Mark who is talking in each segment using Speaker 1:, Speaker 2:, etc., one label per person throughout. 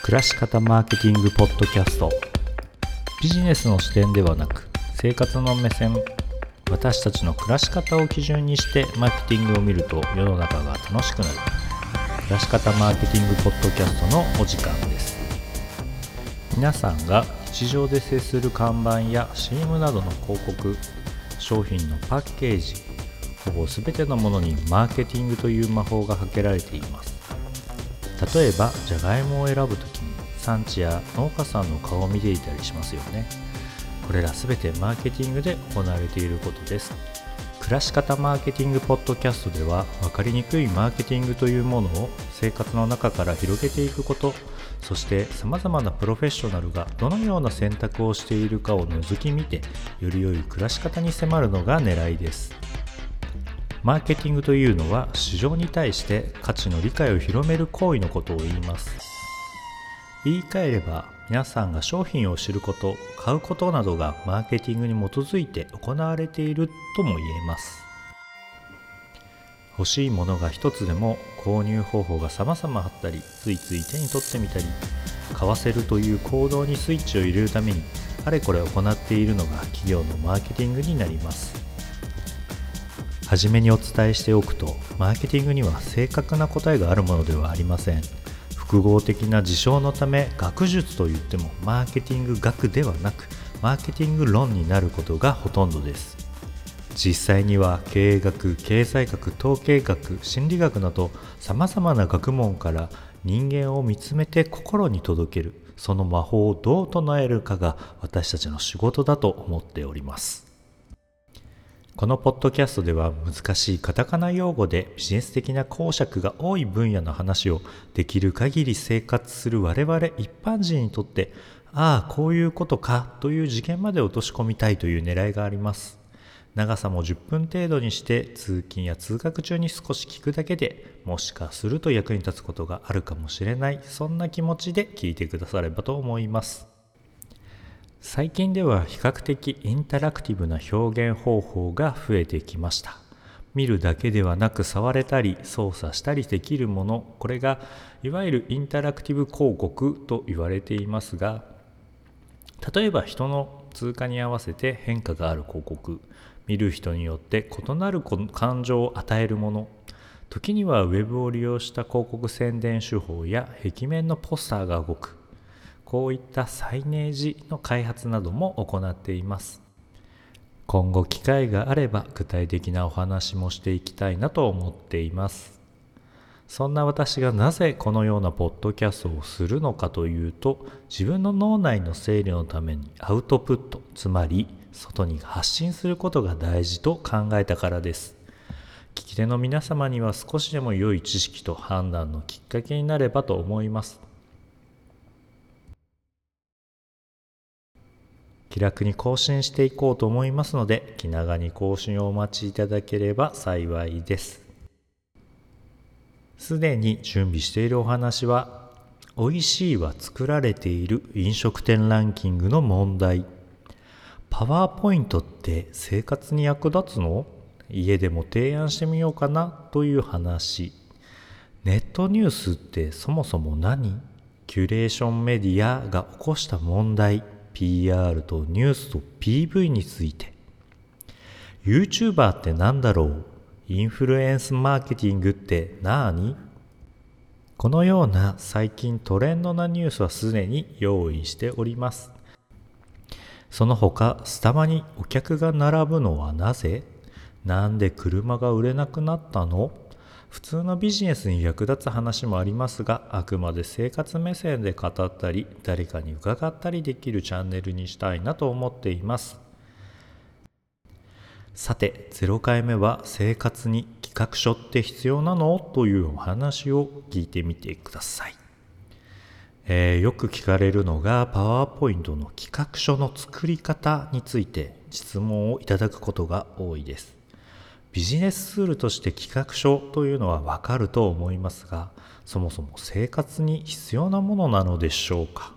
Speaker 1: 暮らし方マーケティングポッドキャスト。ビジネスの視点ではなく生活の目線、私たちの暮らし方を基準にしてマーケティングを見ると世の中が楽しくなる。暮らし方マーケティングポッドキャストのお時間です。皆さんが日常で接する看板や CM などの広告、商品のパッケージ、ほぼ全てのものにマーケティングという魔法がかけられています。例えばじゃがいもを選ぶときに産地や農家さんの顔を見ていたりしますよね。これらすべてマーケティングで行われていることです。暮らし方マーケティングポッドキャストでは、分かりにくいマーケティングというものを生活の中から広げていくこと、そして様々なプロフェッショナルがどのような選択をしているかを覗き見て、より良い暮らし方に迫るのが狙いです。マーケティングというのは市場に対して価値の理解を広める行為のことを言います。言い換えれば、皆さんが商品を知ること、買うことなどがマーケティングに基づいて行われているとも言えます。欲しいものが一つでも購入方法が様々あったり、ついつい手に取ってみたり、買わせるという行動にスイッチを入れるためにあれこれ行っているのが企業のマーケティングになります。はじめにお伝えしておくと、マーケティングには正確な答えがあるものではありません。複合的な事象のため、学術といってもマーケティング学ではなくマーケティング論になることがほとんどです。実際には経営学、経済学、統計学、心理学など様々な学問から人間を見つめて心に届ける、その魔法をどう唱えるかが私たちの仕事だと思っております。このポッドキャストでは、難しいカタカナ用語でビジネス的な講釈が多い分野の話をできる限り生活する我々一般人にとって、ああこういうことかという次元まで落とし込みたいという狙いがあります。長さも10分程度にして、通勤や通学中に少し聞くだけでもしかすると役に立つことがあるかもしれない、そんな気持ちで聞いてくださればと思います。最近では比較的インタラクティブな表現方法が増えてきました。見るだけではなく触れたり操作したりできるもの、これがいわゆるインタラクティブ広告と言われていますが、例えば人の通貨に合わせて変化がある広告、見る人によって異なる感情を与えるもの、時にはウェブを利用した広告宣伝手法や壁面のポスターが動く、こういったサイネージの開発なども行っています。今後機会があれば具体的なお話もしていきたいなと思っています。そんな私がなぜこのようなポッドキャストをするのかというと、自分の脳内の整理のためにアウトプット、つまり外に発信することが大事と考えたからです。聞き手の皆様には少しでも良い知識と判断のきっかけになればと思います。気楽に更新していこうと思いますので、気長に更新をお待ちいただければ幸いです。すでに準備しているお話は、おいしいは作られている飲食店ランキングの問題。パワーポイントって生活に役立つの？家でも提案してみようかなという話。ネットニュースってそもそも何？キュレーションメディアが起こした問題。PR とニュースと PV について。 YouTuber って何だろう？インフルエンスマーケティングって何？このような最近トレンドなニュースはすでに用意しております。その他、スタバにお客が並ぶのはなぜ？なんで車が売れなくなったの？普通のビジネスに役立つ話もありますが、あくまで生活目線で語ったり、誰かに伺ったりできるチャンネルにしたいなと思っています。さて、0回目は生活に企画書って必要なの？というお話を聞いてみてください。よく聞かれるのが、パワーポイントの企画書の作り方について質問をいただくことが多いです。ビジネスツールとして企画書というのはわかると思いますが、そもそも生活に必要なものなのでしょうか。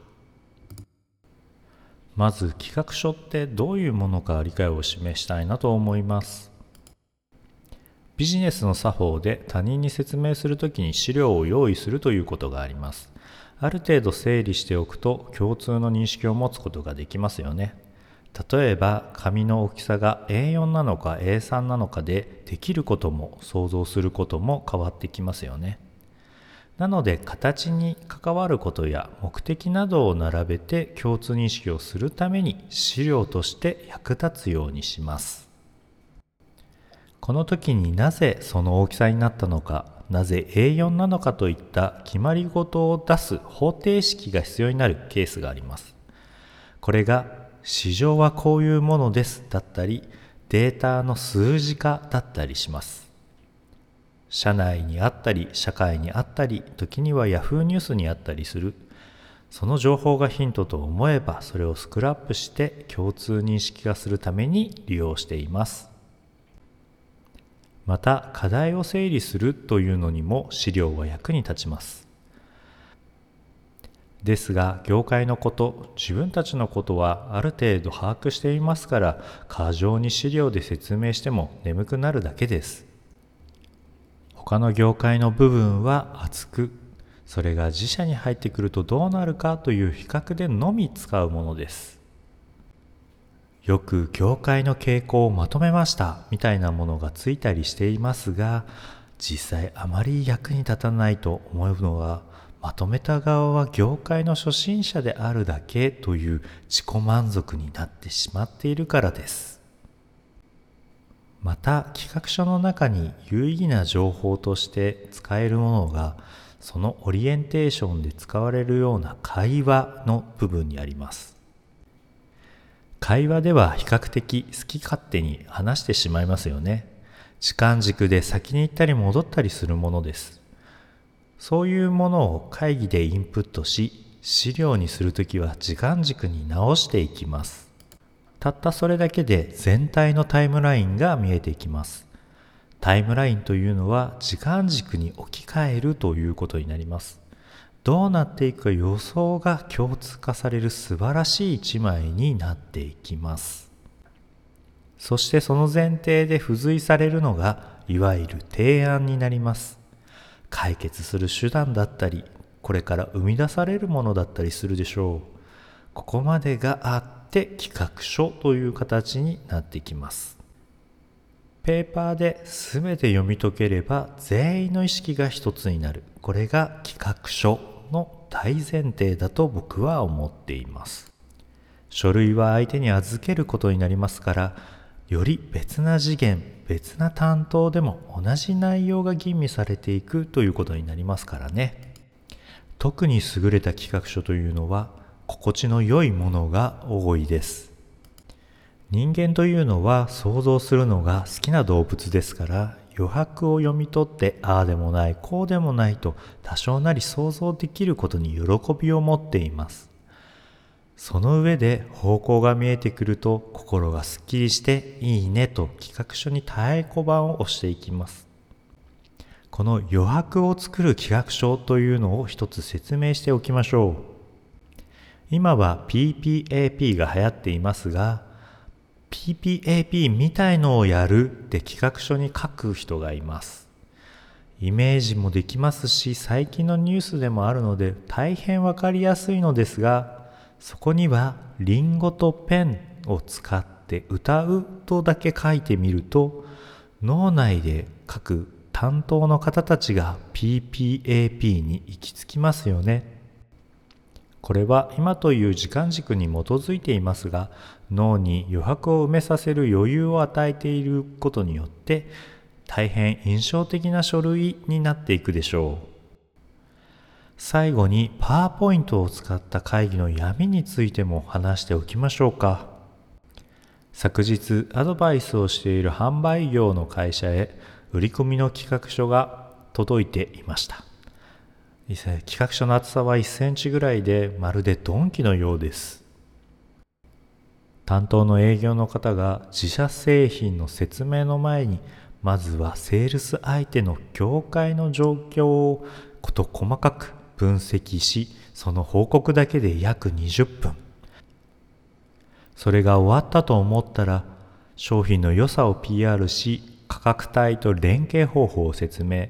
Speaker 1: まず企画書ってどういうものか理解を示したいなと思います。ビジネスの作法で他人に説明するときに資料を用意するということがあります。 ある程度整理しておくと共通の認識を持つことができますよね。例えば紙の大きさが A4 なのか A3 なのかでできることも想像することも変わってきますよね。なので形に関わることや目的などを並べて共通認識をするために資料として役立つようにします。この時になぜその大きさになったのか、なぜ A4 なのかといった決まり事を出す方程式が必要になるケースがあります。これが市場はこういうものですだったり、データの数字化だったりします。社内にあったり、社会にあったり、時にはヤフーニュースにあったりする。その情報がヒントと思えば、それをスクラップして共通認識化するために利用しています。また、課題を整理するというのにも資料は役に立ちます。ですが、業界のこと、自分たちのことはある程度把握していますから、過剰に資料で説明しても眠くなるだけです。他の業界の部分は厚く、それが自社に入ってくるとどうなるかという比較でのみ使うものです。よく業界の傾向をまとめましたみたいなものがついたりしていますが、実際あまり役に立たないと思うのは、まとめた側は業界の初心者であるだけという自己満足になってしまっているからです。また企画書の中に有意義な情報として使えるものが、そのオリエンテーションで使われるような会話の部分にあります。会話では比較的好き勝手に話してしまいますよね。時間軸で先に行ったり戻ったりするものです。そういうものを会議でインプットし、資料にするときは時間軸に直していきます。たったそれだけで全体のタイムラインが見えてきます。タイムラインというのは時間軸に置き換えるということになります。どうなっていくか予想が共通化される素晴らしい一枚になっていきます。そしてその前提で付随されるのがいわゆる提案になります。解決する手段だったり、これから生み出されるものだったりするでしょう。ここまでがあって企画書という形になってきます。ペーパーで全て読み解ければ全員の意識が一つになる。これが企画書の大前提だと僕は思っています。書類は相手に預けることになりますから、より別な次元、別な担当でも同じ内容が吟味されていくということになりますからね。特に優れた企画書というのは心地の良いものが多いです。人間というのは想像するのが好きな動物ですから、余白を読み取ってああでもないこうでもないと多少なり想像できることに喜びを持っています。その上で方向が見えてくると心がすっきりしていいねと企画書に太鼓判を押していきます。この余白を作る企画書というのを一つ説明しておきましょう。今は PPAP が流行っていますが、PPAP みたいのをやるって企画書に書く人がいます。イメージもできますし、最近のニュースでもあるので大変わかりやすいのですが、そこにはリンゴとペンを使って歌うとだけ書いてみると、脳内で書く担当の方たちが PPAP に行き着きますよね。これは今という時間軸に基づいていますが、脳に余白を埋めさせる余裕を与えていることによって大変印象的な書類になっていくでしょう。最後にパワーポイントを使った会議の闇についても話しておきましょうか。昨日アドバイスをしている販売業の会社へ売り込みの企画書が届いていました。企画書の厚さは1センチぐらいで、まるで鈍器のようです。担当の営業の方が自社製品の説明の前に、まずはセールス相手の業界の状況を事細かく分析し、その報告だけで約20分。それが終わったと思ったら、商品の良さを PR し、価格帯と連携方法を説明、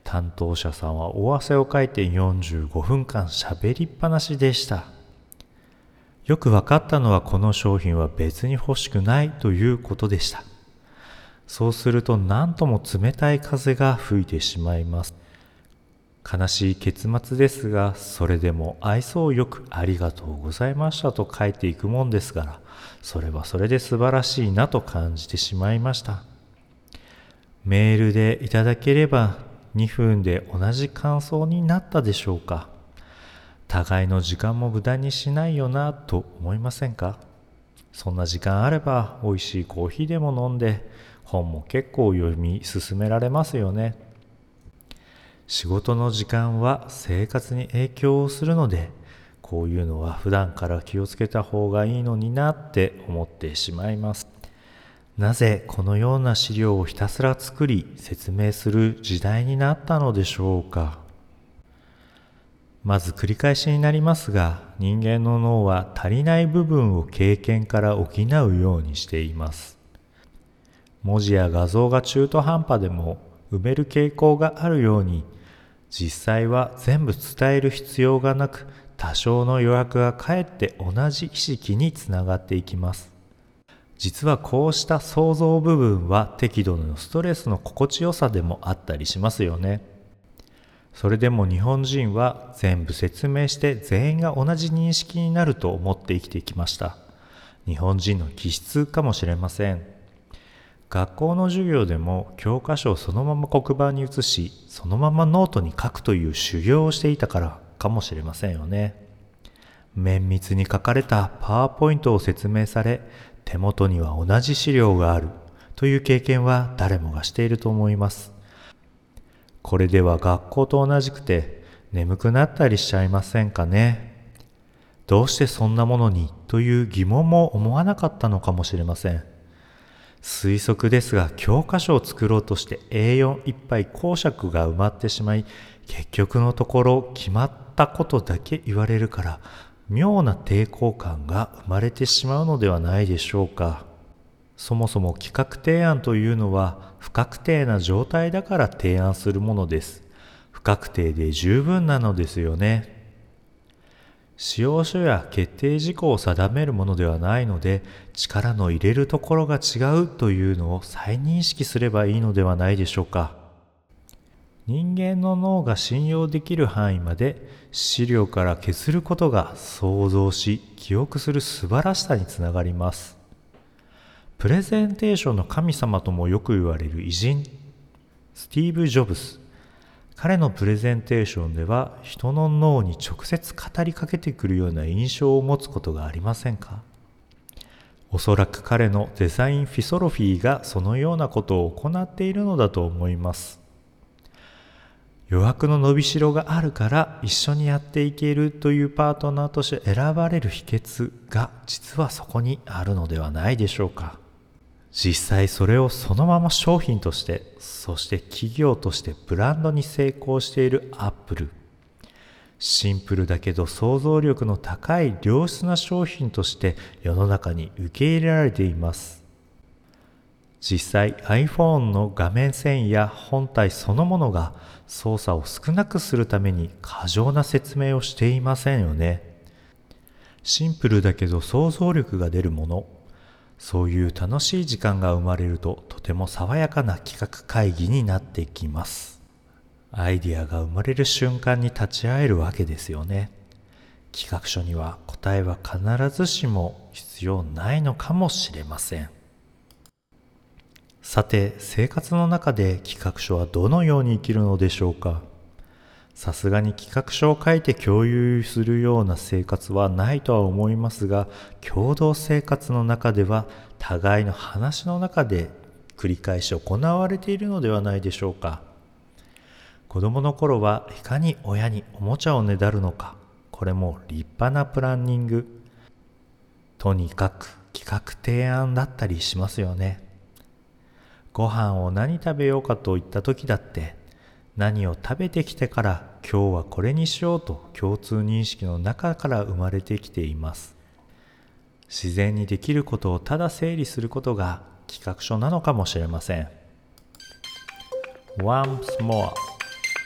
Speaker 1: 担当者さんは大汗をかいて45分間喋りっぱなしでした。よく分かったのはこの商品は別に欲しくないということでした。そうすると何とも冷たい風が吹いてしまいます。悲しい結末ですが、それでも愛想よくありがとうございましたと書いていくもんですから、それはそれで素晴らしいなと感じてしまいました。メールでいただければ2分で同じ感想になったでしょうか。互いの時間も無駄にしないよなと思いませんか。そんな時間あれば美味しいコーヒーでも飲んで、本も結構読み進められますよね。仕事の時間は生活に影響をするので、こういうのは普段から気をつけた方がいいのになって思ってしまいます。なぜこのような資料をひたすら作り説明する時代になったのでしょうか。まず繰り返しになりますが、人間の脳は足りない部分を経験から補うようにしています。文字や画像が中途半端でも埋める傾向があるように、実際は全部伝える必要がなく、多少の余白がかえって同じ意識につながっていきます。実はこうした想像部分は適度なストレスの心地よさでもあったりしますよね。それでも日本人は全部説明して全員が同じ認識になると思って生きてきました。日本人の気質かもしれません。学校の授業でも教科書をそのまま黒板に写し、そのままノートに書くという修行をしていたからかもしれませんよね。綿密に書かれたパワーポイントを説明され、手元には同じ資料があるという経験は誰もがしていると思います。これでは学校と同じくて眠くなったりしちゃいませんかね。どうしてそんなものにという疑問も思わなかったのかもしれません。推測ですが、教科書を作ろうとして A4 いっぱい講釈が埋まってしまい、結局のところ決まったことだけ言われるから妙な抵抗感が生まれてしまうのではないでしょうか。そもそも企画提案というのは不確定な状態だから提案するものです。不確定で十分なのですよね。仕様書や決定事項を定めるものではないので、力の入れるところが違うというのを再認識すればいいのではないでしょうか。人間の脳が信用できる範囲まで資料から削ることが想像し記憶する素晴らしさにつながります。プレゼンテーションの神様ともよく言われる偉人スティーブ・ジョブズ。彼のプレゼンテーションでは人の脳に直接語りかけてくるような印象を持つことがありませんか。おそらく彼のデザインフィソロフィーがそのようなことを行っているのだと思います。余白の伸びしろがあるから一緒にやっていけるというパートナーとして選ばれる秘訣が実はそこにあるのではないでしょうか。実際それをそのまま商品として、そして企業としてブランドに成功しているアップル。シンプルだけど想像力の高い良質な商品として世の中に受け入れられています。実際 iPhone の画面遷移や本体そのものが操作を少なくするために過剰な説明をしていませんよね。シンプルだけど想像力が出るもの、そういう楽しい時間が生まれるととても爽やかな企画会議になってきます。アイディアが生まれる瞬間に立ち会えるわけですよね。企画書には答えは必ずしも必要ないのかもしれません。さて、生活の中で企画書はどのように生きるのでしょうか。さすがに企画書を書いて共有するような生活はないとは思いますが、共同生活の中では互いの話の中で繰り返し行われているのではないでしょうか。子供の頃はいかに親におもちゃをねだるのか、これも立派なプランニング。とにかく企画提案だったりしますよね。ご飯を何食べようかといった時だって、何を食べてきてから今日はこれにしようと共通認識の中から生まれてきています。自然にできることをただ整理することが企画書なのかもしれません。Once more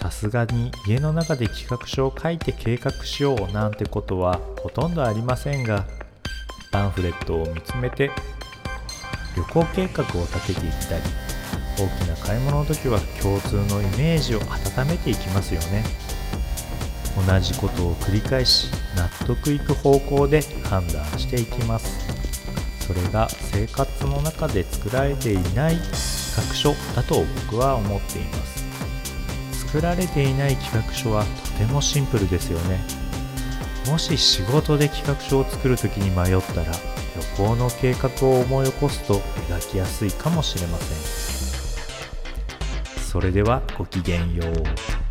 Speaker 1: さすがに家の中で企画書を書いて計画しようなんてことはほとんどありませんが、パンフレットを見つめて旅行計画を立てていったり、大きな買い物の時は共通のイメージを温めていきますよね。同じことを繰り返し納得いく方向で判断していきます。それが生活の中で作られていない企画書だと僕は思っています。作られていない企画書はとてもシンプルですよね。もし仕事で企画書を作るときに迷ったら、旅行の計画を思い起こすと描きやすいかもしれません。それではごきげんよう。